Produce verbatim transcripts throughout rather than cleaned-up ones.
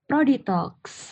Prodi Talks.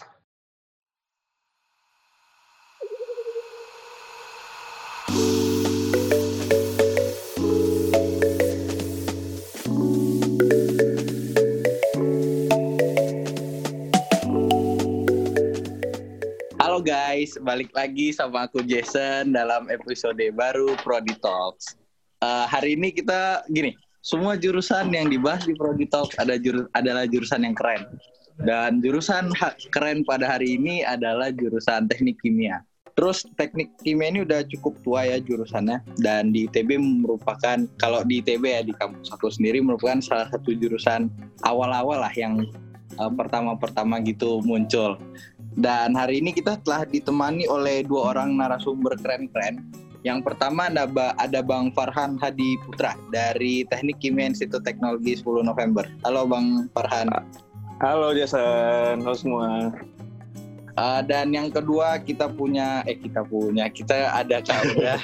Halo guys, balik lagi sama aku Jason dalam episode baru Prodi Talks. Uh, hari ini kita gini, semua jurusan yang dibahas di Prodi Talks ada juru, adalah jurusan yang keren. Dan jurusan ha- keren pada hari ini adalah jurusan Teknik Kimia. Terus Teknik Kimia ini udah cukup tua ya jurusannya, dan di I T B merupakan, kalau di I T B ya di kampus aku sendiri merupakan salah satu jurusan awal-awal lah yang uh, pertama-pertama gitu muncul. Dan hari ini kita telah ditemani oleh dua orang narasumber keren-keren. Yang pertama ada, ada Bang Farhan Hadi Putra dari Teknik Kimia Institut Teknologi sepuluh November. Halo Bang Farhan. Halo Jason, halo semua. Uh, dan yang kedua kita punya, eh kita punya, kita ada Kak Oda.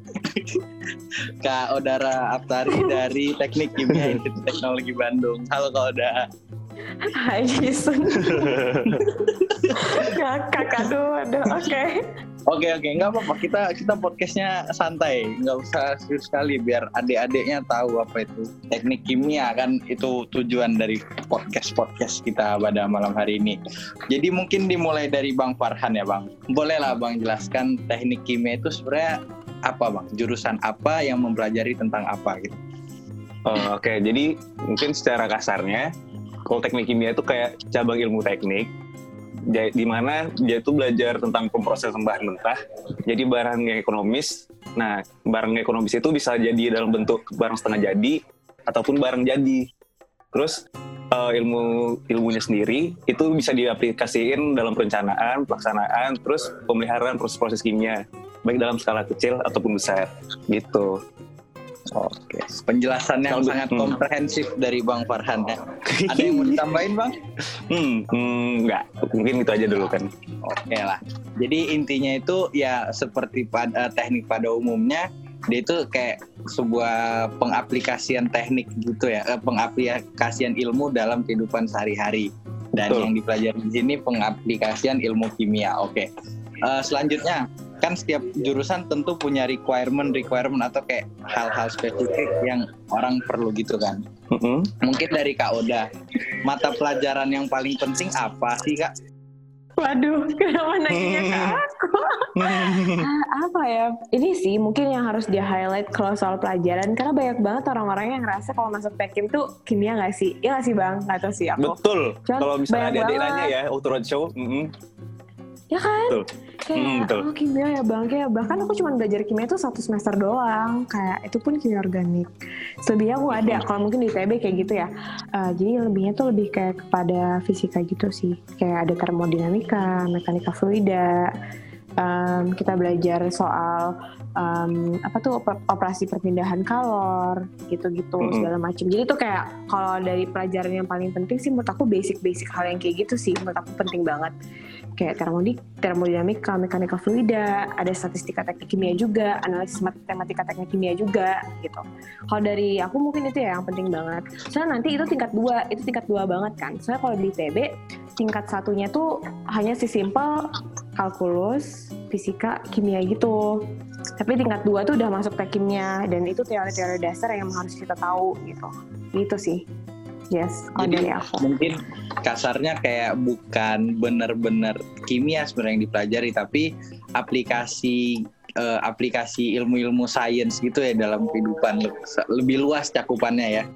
Kak Odara Aptari dari Teknik Kimia Institut Teknologi Bandung. Halo Kak Oda. Hai Jason. Ngakak, aduh, aduh, oke. Okay. Oke oke, nggak apa-apa. Kita kita podcastnya santai, nggak usah serius sekali biar adik-adiknya tahu apa itu teknik kimia, kan itu tujuan dari podcast podcast kita pada malam hari ini. Jadi mungkin dimulai dari Bang Farhan ya Bang. Bolehlah Bang jelaskan teknik kimia itu sebenarnya apa Bang? Jurusan apa yang mempelajari tentang apa gitu? Oh, Oke, okay. Jadi mungkin secara kasarnya, kalau teknik kimia itu kayak cabang ilmu teknik. Di mana dia itu belajar tentang pemrosesan bahan mentah jadi barang yang ekonomis. Nah, barang ekonomis itu bisa jadi dalam bentuk barang setengah jadi ataupun barang jadi. Terus uh, ilmu ilmunya sendiri itu bisa diaplikasiin dalam perencanaan, pelaksanaan, terus pemeliharaan proses-proses kimia baik dalam skala kecil ataupun besar gitu. Oke, penjelasan yang Kalo, sangat hmm. komprehensif dari Bang Farhan ya. Ada yang mau ditambahin Bang? Hmm, hmm, enggak, mungkin itu aja dulu kan. Oke lah. Jadi intinya itu ya seperti pada teknik pada umumnya, dia itu kayak sebuah pengaplikasian teknik gitu ya, pengaplikasian ilmu dalam kehidupan sehari-hari. Dan Betul. Yang dipelajari di sini pengaplikasian ilmu kimia. Oke. Uh, selanjutnya, kan setiap jurusan tentu punya requirement requirement atau kayak hal-hal spesifik yang orang perlu gitu kan. Mm-hmm. Mungkin dari Kak Oda, mata pelajaran yang paling penting apa sih Kak? Waduh, kenapa nanya ke aku? uh, apa ya? Ini sih mungkin yang harus di highlight kalau soal pelajaran, karena banyak banget orang-orang yang ngerasa kalau masuk Tekim tuh kimia nggak sih? Iya nggak sih Bang? Nggak tahu sih aku. Betul. Kalau misalnya ada nanya ya, auto roadshow. Mm-hmm. Ya kan? Betul. Kayak, hmm, oh kimia ya Bang, kayak bahkan aku cuma belajar kimia itu satu semester doang, kayak itu pun kimia organik. Selebihnya aku ada, hmm. kalau mungkin di I T B kayak gitu ya. Uh, jadi lebihnya tuh lebih kayak kepada fisika gitu sih, kayak ada termodinamika, mekanika fluida. Um, kita belajar soal um, apa tuh operasi perpindahan kalor, gitu-gitu hmm. segala macam. Jadi tuh kayak kalau dari pelajaran yang paling penting sih menurut aku basic-basic hal yang kayak gitu sih, menurut aku penting banget. Kayak termodinamika, mekanika fluida, ada statistika teknik kimia juga, analisis matematika teknik kimia juga, gitu. Kalau dari aku mungkin itu ya yang penting banget. Soalnya nanti itu tingkat dua, itu tingkat dua banget kan. Soalnya kalau di I T B, tingkat satunya tuh hanya si simple kalkulus, fisika, kimia gitu. Tapi tingkat dua tuh udah masuk tekimnya, dan itu teori-teori dasar yang harus kita tahu, gitu. Gitu sih. Yes, jadi mungkin kasarnya kayak bukan benar-benar kimia sebenarnya yang dipelajari, tapi aplikasi uh, aplikasi ilmu-ilmu sains gitu ya dalam kehidupan, lebih luas cakupannya ya.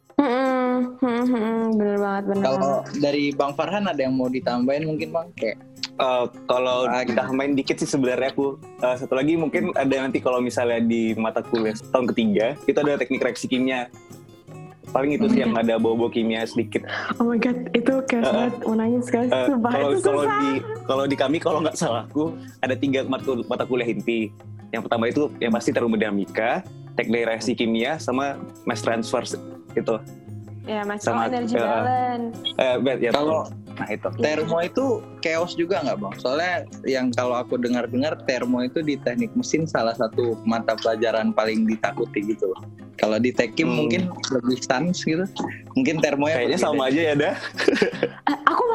Hmm, hmm, hmm, bener banget, bener. Kalau dari Bang Farhan ada yang mau ditambahin mungkin Bang kayak? Uh, kalau uh, kita main dikit sih sebenarnya aku uh, satu lagi mungkin ada nanti kalau misalnya di mata kuliah tahun ketiga itu ada teknik reaksi kimia. Paling itu sih yang ada bau-bau kimia sedikit. Oh my god, itu kayak uh, banget mau nangis guys. Uh, kalau kalau di kalau di kami kalau nggak salah aku ada tiga mata, mata kuliah inti. Yang pertama itu yang pasti termodinamika, teknik reaksi kimia, sama mass transfer itu. Ya, mass sama, energy uh, balance. Uh, ya, kalau nah itu termo itu chaos juga nggak Bang? Soalnya yang kalau aku dengar-dengar termo itu di teknik mesin salah satu mata pelajaran paling ditakuti gitu. Kalau di Tekim hmm. mungkin lebih sans gitu. Mungkin termonya kayaknya sama aja ya dah. uh, aku malah sans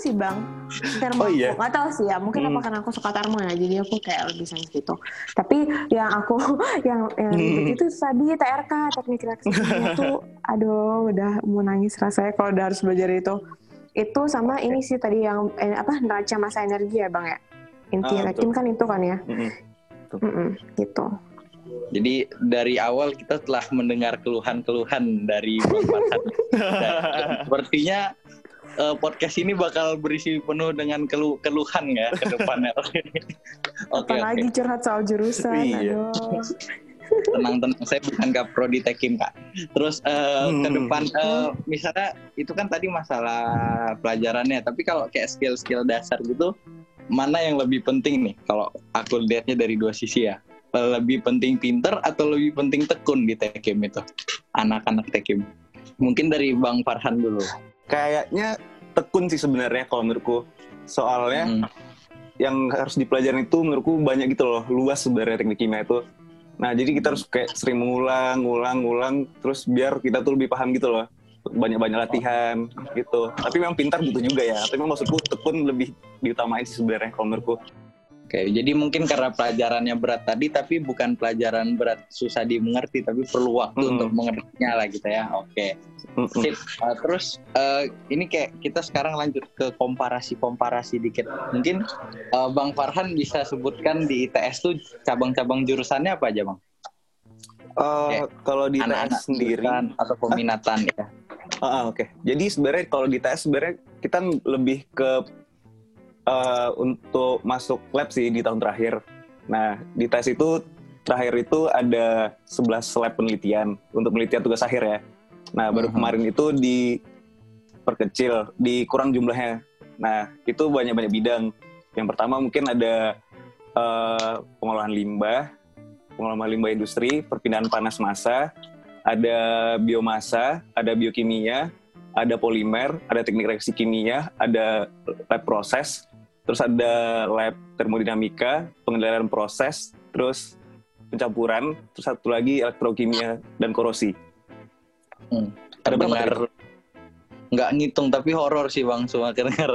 sih bang, termo. Oh iya? Nggak tahu sih ya, mungkin Hmm. apa karena aku suka termo ya, jadi aku kayak lebih senang gitu. Tapi yang aku yang yang ribet itu tadi T R K, teknik reaksi kimia tuh, aduh udah mau nangis rasanya kalau udah harus belajar itu. Itu sama ini sih tadi yang eh, apa neraca massa energi ya bang ya. Inti Ah, rekim kan itu kan ya. Mm-mm. Mm-mm, gitu. Jadi dari awal kita telah mendengar keluhan-keluhan dari Bang Farhan. Dan sepertinya uh, podcast ini bakal berisi penuh dengan kelu- keluhan ya ke depannya. Oke, Apalagi oke. curhat soal jurusan, Iya. aduh. Tenang-tenang, saya bukan Kapro di Tekim Kak. Terus uh, ke Hmm. depan, uh, misalnya itu kan tadi masalah pelajarannya. Tapi kalau kayak skill-skill dasar gitu, mana yang lebih penting nih? Kalau aku lihatnya dari dua sisi ya. Lebih penting pinter atau lebih penting tekun di Tekim itu? Anak-anak Tekim. Mungkin dari Bang Farhan dulu. Kayaknya tekun sih sebenarnya kalau menurutku. Soalnya Hmm. yang harus dipelajarin itu menurutku banyak gitu loh, luas sebenarnya teknik kimia itu. Nah, jadi kita harus kayak sering mengulang, ngulang, ngulang, terus biar kita tuh lebih paham gitu loh. Banyak-banyak latihan gitu. Tapi memang pintar butuh juga ya. Tapi memang maksudku tekun lebih diutamain sih sebenarnya kalau menurutku. Oke, jadi mungkin karena pelajarannya berat tadi, tapi bukan pelajaran berat susah dimengerti, tapi perlu waktu Mm-mm. untuk mengertinya lah gitu ya. Oke, Mm-mm. sip. Uh, terus uh, ini kayak kita sekarang lanjut ke komparasi-komparasi dikit. Mungkin uh, Bang Farhan bisa sebutkan di I T S tuh cabang-cabang jurusannya apa aja Bang? Uh, kalau di T Anak-anak S sendiri, jurusan atau peminatan ya. ah, ah, oke. Jadi sebenarnya kalau di T S sebenarnya kita lebih ke uh, untuk masuk lab sih di tahun terakhir. Nah, di tes itu terakhir itu ada sebelas lab penelitian untuk penelitian tugas akhir ya. Nah, baru Mhm. kemarin itu diperkecil, dikurang jumlahnya. Nah, itu banyak-banyak bidang. Yang pertama mungkin ada uh, pengolahan limbah, pengolahan limbah industri, perpindahan panas massa, ada biomasa, ada biokimia, ada polimer, ada teknik reaksi kimia, ada lab proses, terus ada lab termodinamika, pengendalian proses, terus pencampuran, terus satu lagi elektrokimia dan korosi. Hmm. Ada berapa Terdengar tadi? nggak ngitung tapi horor sih Bang semua kedengaran.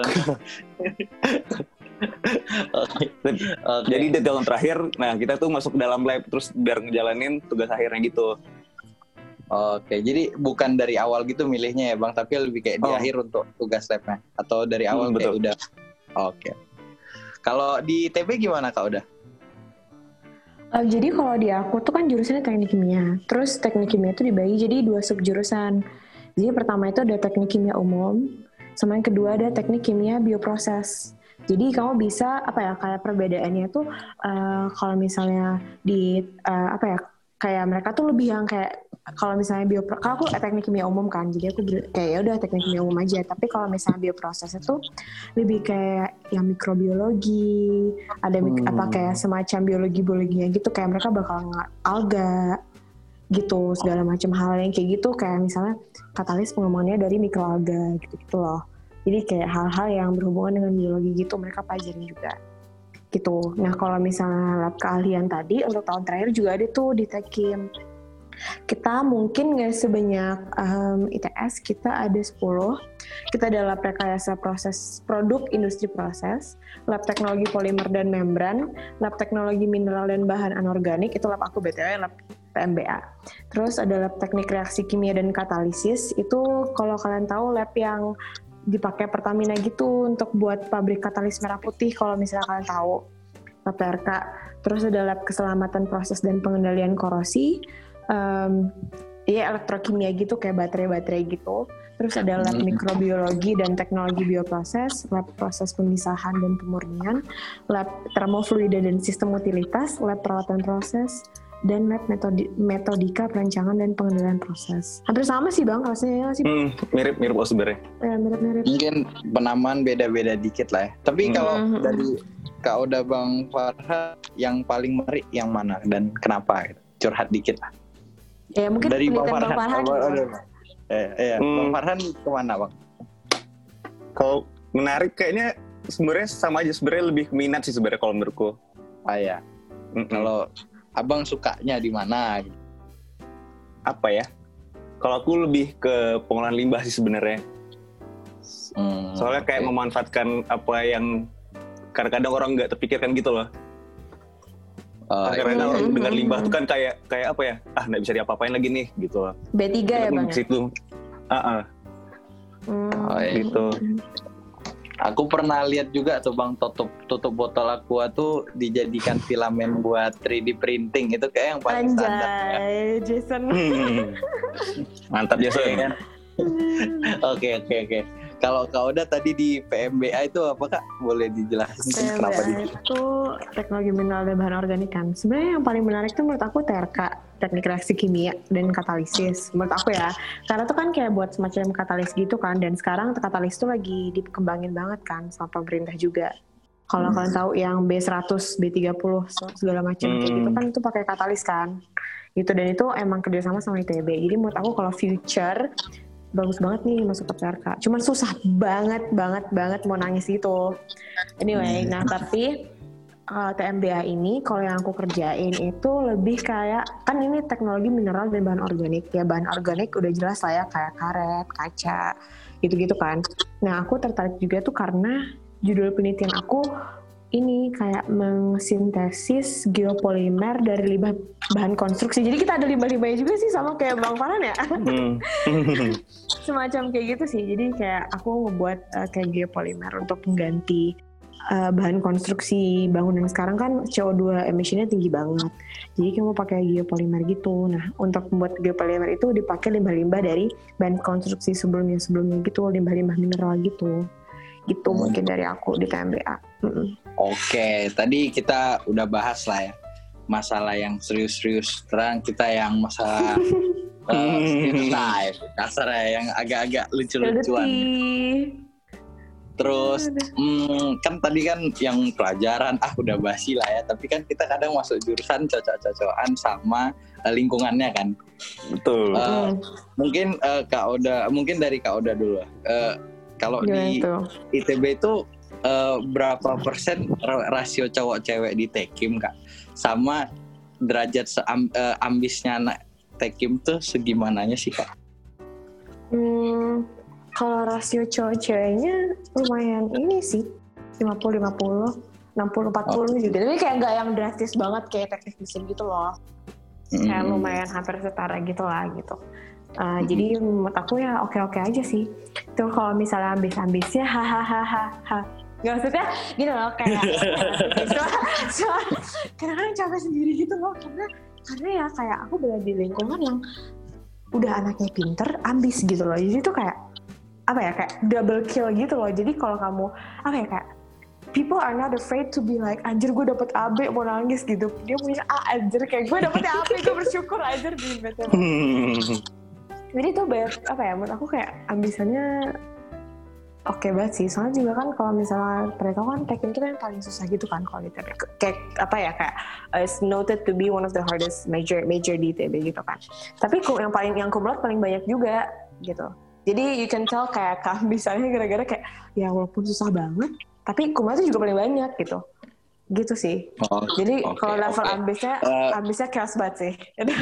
Oke. Oke. Jadi di tahun terakhir, nah kita tuh masuk ke dalam lab terus biar ngejalanin tugas akhirnya gitu. Oke, jadi bukan dari awal gitu milihnya ya Bang, tapi lebih kayak di Oh. akhir untuk tugas labnya atau dari awal Hmm, kayak betul. udah. Oke. Kalau di I T B gimana Kak udah? Uh, jadi kalau di aku tuh kan jurusannya teknik kimia. Terus teknik kimia itu dibagi jadi dua subjurusan. Jadi pertama itu ada teknik kimia umum, sama yang kedua ada teknik kimia bioproses. Jadi kamu bisa apa ya kayak perbedaannya tuh uh, kalau misalnya di uh, apa ya kayak mereka tuh lebih yang kayak kalau misalnya bio, kalau aku teknik kimia umum kan, jadi aku ber, kayak ya udah teknik kimia umum aja. Tapi kalau misalnya bioproses itu lebih kayak yang mikrobiologi, ada mik, Hmm. apa kayak semacam biologi-biologinya gitu, kayak mereka bakal nggak alga gitu, segala macam hal yang kayak gitu, kayak misalnya katalis pengembangannya dari mikroalga gitu-gitu loh. Jadi kayak hal-hal yang berhubungan dengan biologi gitu mereka pelajarin juga gitu. Nah kalau misalnya lab keahlian tadi untuk tahun terakhir juga ada tuh di Tekim. Kita mungkin nggak sebanyak um, I T S, kita ada sepuluh. Kita ada lab rekayasa proses produk industri proses, lab teknologi polimer dan membran, lab teknologi mineral dan bahan anorganik, itu lab aku B T W, lab P M B A. Terus ada lab teknik reaksi kimia dan katalisis, itu kalau kalian tahu lab yang dipakai Pertamina gitu untuk buat pabrik katalis merah putih kalau misalnya kalian tahu, lab T R K. Terus ada lab keselamatan proses dan pengendalian korosi, Um, ya elektrokimia gitu kayak baterai-baterai gitu. Terus ada lab mikrobiologi dan teknologi bioproses, lab proses pemisahan dan pemurnian, lab termofluida dan sistem utilitas, lab perawatan proses, dan lab metodi- metodika perancangan dan pengendalian proses. Hampir sama sih Bang, rasanya sih. Hmm, mirip-mirip oh sebenarnya. Eh, mirip-mirip. Mungkin penamaan beda-beda dikit lah ya. Tapi Hmm. kalau Mhm. dari Kak Oda Bang Farhan yang paling menarik yang mana dan kenapa gitu? Curhat dikit lah. Ya mungkin Dari Bang penelitian Farhan. Bang Farhan. Oh, gitu. ada. Eh, iya. Hmm. Bang Farhan kemana Bang? Kalau menarik kayaknya sebenarnya sama aja, sebenarnya lebih minat sih sebenarnya kalau menurutku. Ah ya. Mm-mm. Kalau Abang sukanya di mana? Gitu. Apa ya? Kalau aku lebih ke pengolahan limbah sih sebenarnya. Hmm, Soalnya kayak oke. memanfaatkan apa yang kadang-kadang orang nggak terpikirkan gitu loh. Oh, Karena iya. orang dengar Hmm, limbah hmm, tuh kan kayak kayak apa ya? Ah, nggak bisa diapa-apain lagi nih gitu loh. B tiga ya Itu Bang di ya? situ. Ah, ah, Hmm, Oh, iya. gitu. Aku pernah lihat juga tuh Bang, tutup tutup botol aqua tuh dijadikan filamen buat tiga D printing. Itu kayak yang paling standar ya. Anjay, Jason. Hmm. Mantap Iya Jason. kan? Oke oke oke. Kalau Kak Oda tadi di P M B A itu apa Kak? Boleh dijelasin kenapa di? P M B A itu teknologi mineral dan bahan organik kan. Sebenarnya yang paling menarik tuh menurut aku T R K, teknik reaksi kimia dan katalisis. Menurut aku ya, karena tuh kan kayak buat semacam katalis gitu kan. Dan sekarang katalis tuh lagi dikembangin banget kan sama pemerintah juga. Kalau Hmm. kalian tahu yang B seratus, B tiga puluh segala macam kayak gitu kan itu pakai katalis kan. Gitu, dan itu emang kerjasama sama I T B. Jadi menurut aku kalau future bagus banget nih masuk ke T R K. Cuman susah banget banget banget mau nangis gitu. Anyway, nah tapi uh, T M B A ini kalau yang aku kerjain itu lebih kayak, kan ini teknologi mineral dan bahan organik ya. Bahan organik udah jelas lah ya, kayak karet, kaca, gitu-gitu kan. Nah aku tertarik juga tuh karena judul penelitian aku ini kayak mengsintesis geopolimer dari limbah bahan konstruksi. Jadi kita ada limbah-limbahnya juga sih, sama kayak Bang Farhan ya. Hmm. Semacam kayak gitu sih. Jadi kayak aku ngebuat uh, kayak geopolimer untuk mengganti uh, bahan konstruksi bangunan. Sekarang kan C O dua emisinya tinggi banget. Jadi kita mau pakai geopolimer gitu. Nah, untuk membuat geopolimer itu dipakai limbah-limbah dari bahan konstruksi sebelumnya-sebelumnya gitu, limbah-limbah mineral gitu. Gitu Hmm. mungkin dari aku di T M B A. Mm-mm. Oke, tadi kita udah bahas lah ya masalah yang serius-serius. Terang kita yang masalah uh, stereotype, kasar ya, yang agak-agak lucu-lucuan. Sedih. Terus, hmm, kan tadi kan yang pelajaran ah udah basi lah ya. Tapi kan kita kadang masuk jurusan cocok-cocokan sama uh, lingkungannya kan. Betul. Uh, mungkin uh, Kak Oda, mungkin dari Kak Oda dulu. Uh, kalau di Gimana tuh? I T B itu uh, berapa persen rasio cowok cewek di Tekim Kak? Sama derajat seam, uh, ambisnya anak Tekim tuh segimananya sih Kak? Hmm, kalau rasio cowok ceweknya lumayan ini sih, lima puluh lima puluh, enam puluh empat puluh juga. Tapi kayak nggak yang drastis banget kayak teknik mesin gitu loh. Kayak Hmm. lumayan hampir setara gitu lah gitu. Uh, hmm. Jadi menurut aku ya oke-oke aja sih. Tuh kalau misalnya ambis-ambisnya hahaha. Gak maksudnya gitu loh, kayak kadang-kadang capek sendiri gitu loh, karena karena ya kayak aku berada di lingkungan yang udah anaknya pinter, ambis gitu loh. Jadi tuh kayak apa ya, kayak double kill gitu loh. Jadi kalau kamu apa ya, kayak people are not afraid to be like, anjir gue dapet A B mau nangis gitu. Dia punya A, anjir kayak gue dapet A B gue bersyukur anjir di B T W. Jadi tuh banyak apa ya, menurut aku kayak ambisannya oke okay banget sih. Soalnya juga kan kalau misalnya mereka kan Tekim itu yang paling susah gitu kan kalau di T B. Kayak apa ya, kayak uh, it's noted to be one of the hardest major major di T B gitu kan. Tapi yang paling yang kumlot paling banyak juga gitu. Jadi you can tell kayak keambisannya gara-gara kayak ya walaupun susah banget, tapi kumlot itu juga paling banyak gitu. Gitu sih. Oh, Jadi okay, kalau level okay. ambisnya uh, ambisnya chaos banget sih.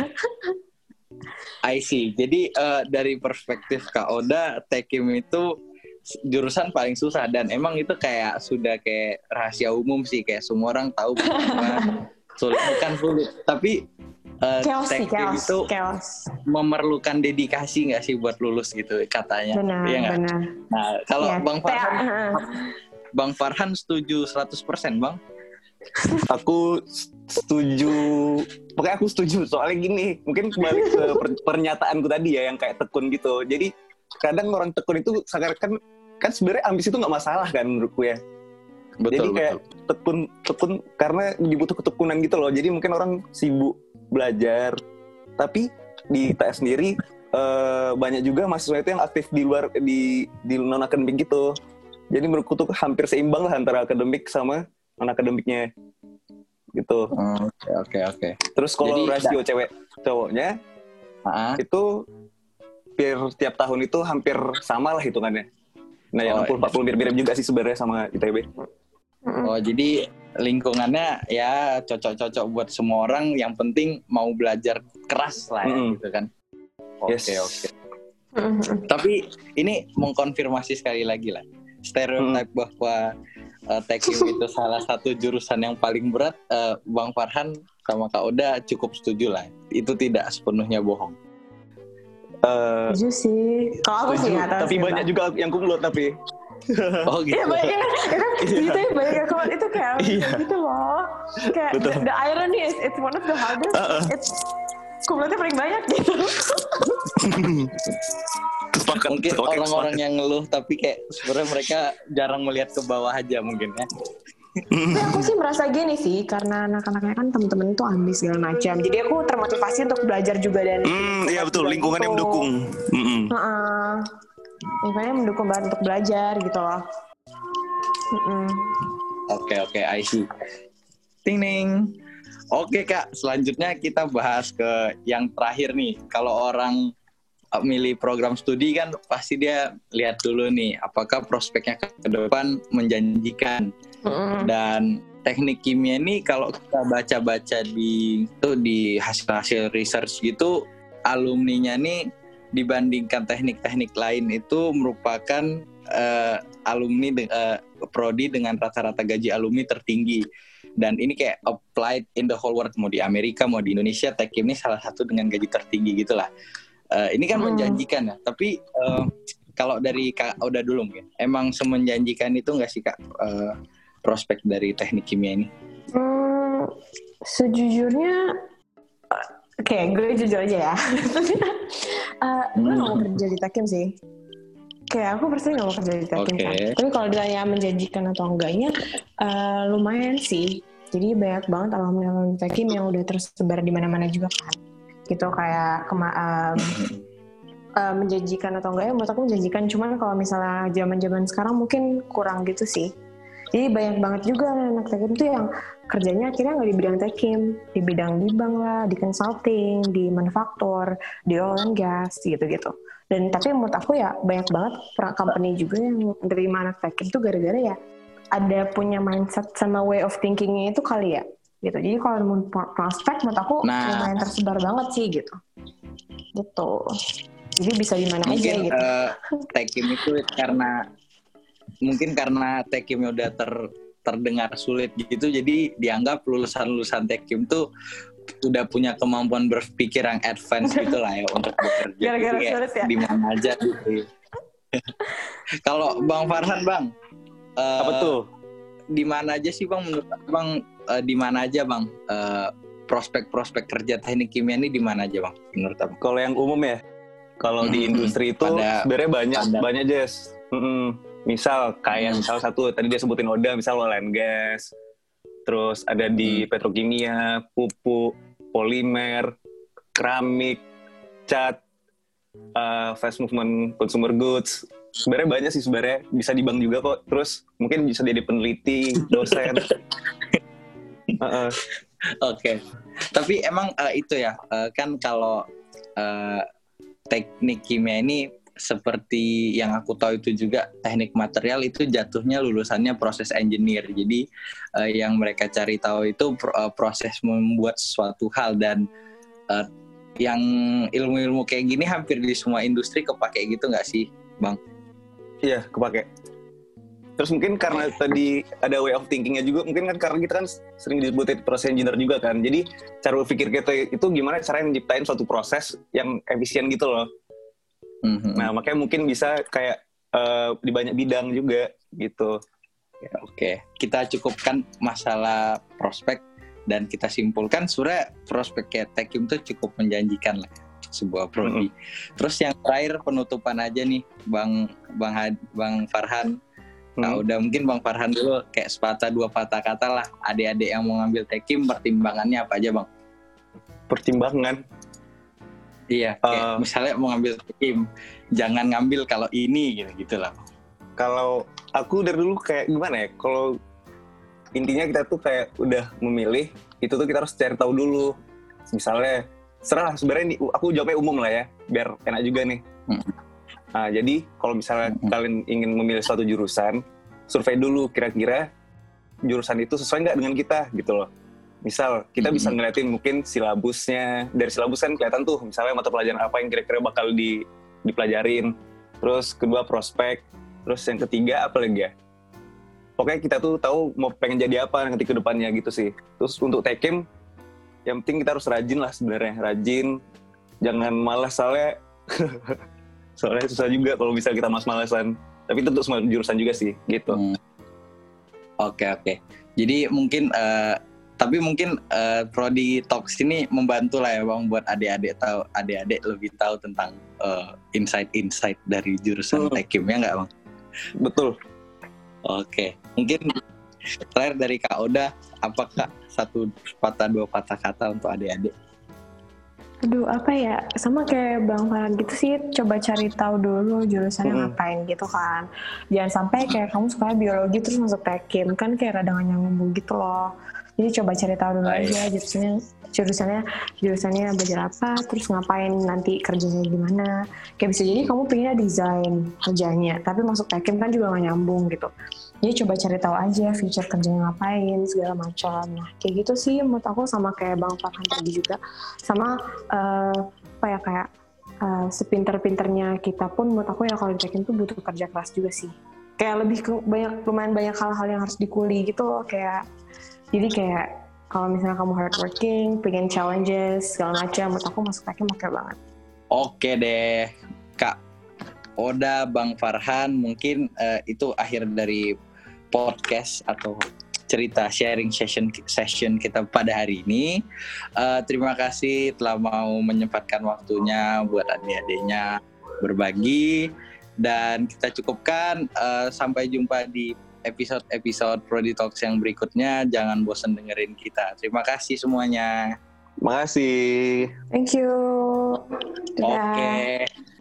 I see. Jadi uh, dari perspektif Kak Oda, Tekim itu jurusan paling susah, dan emang itu kayak sudah kayak rahasia umum sih, kayak semua orang tahu bahwa sulit, bukan sulit, tapi uh, chaos sih, Tekim chaos, itu chaos. memerlukan dedikasi nggak sih buat lulus gitu katanya. Benar, iya nggak? benar. Nah, kalau ya, Bang Farhan, uh, Bang Farhan setuju seratus persen Bang? Aku setuju, pokoknya aku setuju. Soalnya gini, mungkin kembali ke per- pernyataanku tadi ya, yang kayak tekun gitu. Jadi kadang orang tekun itu seakan-akan kan sebenarnya ambis itu nggak masalah kan menurutku ya. Betul, Jadi kayak betul. tekun tekun karena dibutuh ketekunan gitu loh. Jadi mungkin orang sibuk belajar, tapi di T S sendiri eh, banyak juga mahasiswa itu yang aktif di luar di di non akademik gitu. Jadi menurutku tuh hampir seimbang lah antara akademik sama non akademiknya gitu. Oke oke oke. Terus kalau Jadi, rasio da- cewek cowoknya Ah, itu hampir tiap tahun itu hampir sama lah hitungannya. Nah yang Oh, enam puluh empat puluh mirip-mirip juga sih sebenarnya sama I T B. oh jadi lingkungannya ya cocok-cocok buat semua orang. Yang penting mau belajar keras lah ya, Mm-mm. gitu kan. Oke Yes. oke. Tapi ini mengkonfirmasi sekali lagi lah stereotip hmm. bahwa uh, Tekim itu salah satu jurusan yang paling berat. uh, Bang Farhan sama Kak Oda cukup setuju lah, itu tidak sepenuhnya bohong. Uh, setuju sih. Kalau aku sih nggak tahu. Tapi banyak juga yang kumlot tapi. Oh gitu. Iya banyak kan, ya kan gitu ya banyak yang kumlot itu kayak iya. gitu loh. Kayak the, the irony is it's one of the hardest. Uh-uh. It's kumlotnya paling banyak gitu. Mungkin orang-orang yang ngeluh tapi kayak sebenarnya mereka jarang melihat ke bawah aja mungkin ya. Tapi aku sih merasa gini sih, karena anak-anaknya kan temen-temen itu ambis segala macam. Jadi aku termotivasi untuk belajar juga dan. Hmm, iya betul, lingkungannya gitu. Mendukung. Mm-hmm. Uh-uh. Lingkungannya mendukung banget untuk belajar gitu loh. Mm-mm. Oke oke, I see. Ting ning. Oke Kak, selanjutnya kita bahas ke yang terakhir nih. Kalau orang milih program studi kan pasti dia lihat dulu nih apakah prospeknya ke depan menjanjikan. Mm-hmm. Dan teknik kimia ini kalau kita baca-baca di itu di hasil-hasil research gitu, alumninya nih dibandingkan teknik-teknik lain itu merupakan uh, alumni de, uh, prodi dengan rata-rata gaji alumni tertinggi. Dan ini kayak applied in the whole world, mau di Amerika mau di Indonesia, Tekim ini salah satu dengan gaji tertinggi gitulah. Uh, ini kan hmm. menjanjikan ya, tapi uh, kalau dari Kak Oda dulu mungkin, emang semenjanjikan itu nggak sih Kak uh, prospek dari teknik kimia ini? Hmm, sejujurnya, oke okay, gue jujur aja ya, uh, gue nggak mau kerja di Tekim sih. Kayak aku pasti nggak mau kerja di Tekim okay. kan. Tapi kalau ditanya menjanjikan atau enggaknya, uh, lumayan sih. Jadi banyak banget alumni-alumni Tekim yang udah tersebar di mana-mana juga kan. Gitu kayak kema- um, uh, menjanjikan atau enggak ya, menurut aku menjanjikan. Cuman kalau misalnya zaman-zaman sekarang mungkin kurang gitu sih. Jadi banyak banget juga anak Tekim tuh yang kerjanya akhirnya nggak di bidang Tekim, di bidang di bank lah, di consulting, di manufaktur, di oil and gas gitu-gitu. Dan tapi menurut aku ya banyak banget company juga yang menerima anak Tekim tuh gara-gara ya ada punya mindset sama way of thinkingnya itu kali ya gitu. Jadi kalau mau prospek menurut aku nah, lumayan tersebar banget sih gitu. Gitu. Jadi bisa di mana aja gitu. Uh, Tekim itu karena mungkin karena Tekimnya udah ter, terdengar sulit gitu, jadi dianggap lulusan-lulusan Tekim tuh udah punya kemampuan berpikir yang advance gitu lah ya untuk bekerja. Gara-gara sulit ya? Di mana aja gitu. Kalau Bang Farhan Bang, uh, apa tuh? Di mana aja sih Bang menurut Bang? Uh, di mana aja Bang? Uh, prospek-prospek kerja teknik kimia ini di mana aja Bang? Menurut Bang? Kalau yang umum ya, kalau hmm, di industri itu sebenarnya banyak, pada. banyak Jess. Mm-mm. Misal kayak hmm. misal satu tadi dia sebutin Oda, misal oil and gas. Terus ada di hmm. petrokimia, pupuk, polimer, keramik, cat, uh, fast movement consumer goods. Sebenarnya banyak sih sebenarnya, bisa di bank juga kok. Terus mungkin bisa jadi peneliti, dosen. uh-uh. Oke. Okay. Tapi emang uh, itu ya, uh, kan kalau uh, teknik kimia ini seperti yang aku tahu itu juga teknik material itu jatuhnya lulusannya proses engineer. Jadi uh, yang mereka cari tahu itu pro, uh, proses membuat suatu hal, dan uh, yang ilmu-ilmu kayak gini hampir di semua industri kepake gitu nggak sih Bang? Iya kepake. Terus mungkin karena tadi ada way of thinkingnya juga, mungkin kan karena kita kan sering disebutin proses engineer juga kan. Jadi cara berpikir kita itu gimana caranya menciptain suatu proses yang efisien gitu loh. Mm-hmm. Nah makanya mungkin bisa kayak uh, di banyak bidang juga gitu. Ya, Oke, okay. Kita cukupkan masalah prospek dan kita simpulkan sebenarnya prospek kayak Tekim tuh cukup menjanjikan lah sebuah prodi. Mm-hmm. Terus yang terakhir penutupan aja nih Bang Bang Had, Bang Farhan. Nah mm-hmm. udah mungkin Bang Farhan dulu kayak sepatah dua patah kata lah adik-adik yang mau ngambil Tekim pertimbangannya apa aja Bang? Pertimbangan. Iya, kayak uh, misalnya mau ngambil Tekim, jangan ngambil kalau ini gitu-gitu lah. Kalau aku dari dulu kayak gimana ya? Kalau intinya kita tuh kayak udah memilih, itu tuh kita harus cari tahu dulu. Misalnya, serah sebenarnya ini aku jawabnya umum lah ya, biar enak juga nih. Hmm. Nah, jadi kalau misalnya hmm. kalian ingin memilih suatu jurusan, survei dulu kira-kira jurusan itu sesuai nggak dengan kita gitu loh. Misal kita mm-hmm. bisa ngeliatin mungkin silabusnya, dari silabus kan kelihatan tuh misalnya mata pelajaran apa yang kira-kira bakal di dipelajarin. Terus kedua prospek. Terus yang ketiga apa lagi ya? Pokoknya kita tuh tahu mau pengen jadi apa nanti ke depannya gitu sih. Terus untuk Tekim, yang penting kita harus rajin lah sebenarnya. Rajin, jangan malas soalnya. Soalnya susah juga kalau bisa kita malas-malasan. Tapi tentu semua jurusan juga sih, gitu. Hmm. Oke, oke. Jadi mungkin, uh, tapi mungkin uh, Prodi Talks ini membantu lah ya Bang buat adik-adik tahu, adik-adik lebih tahu tentang uh, insight-insight dari jurusan hmm. Tekim, ya nggak Bang? Betul. Oke, mungkin terakhir dari Kak Oda, apakah satu patah dua patah kata untuk adik-adik? Aduh, apa ya, sama kayak Bang Farhan gitu sih, coba cari tahu dulu jurusannya Hmm. ngapain gitu kan. Jangan sampai kayak kamu suka biologi terus masuk Tekim, kan kayak rada gak nyambung gitu loh. Jadi coba cari tahu dulu Baik. aja jurusannya, jurusannya, jurusannya belajar apa, terus ngapain nanti kerjanya gimana. Kayak bisa jadi kamu pengennya desain kerjanya, tapi masuk Tekim kan juga gak nyambung gitu. Jadi coba cari tahu aja future kerjanya ngapain, segala macam. Nah, kayak gitu sih menurut aku, sama kayak Bang Farhan tadi juga. Sama uh, apa ya, kayak uh, sepinter-pinternya kita pun menurut aku ya kalau di Tekim tuh butuh kerja keras juga sih. Kayak lebih ke banyak, lumayan banyak hal-hal yang harus dikuli gitu loh, kayak jadi kayak kalau misalnya kamu hardworking, pengen challenges segala macam, menurut aku masuk Tekim oke banget. Oke deh, Kak Oda, Bang Farhan, mungkin uh, itu akhir dari podcast atau cerita sharing session session kita pada hari ini. Uh, terima kasih telah mau menyempatkan waktunya buat adik-adiknya berbagi, dan kita cukupkan. Uh, sampai jumpa di episode-episode Prodi Talks yang berikutnya. Jangan bosan dengerin kita. Terima kasih semuanya. Makasih. Thank you. Oke.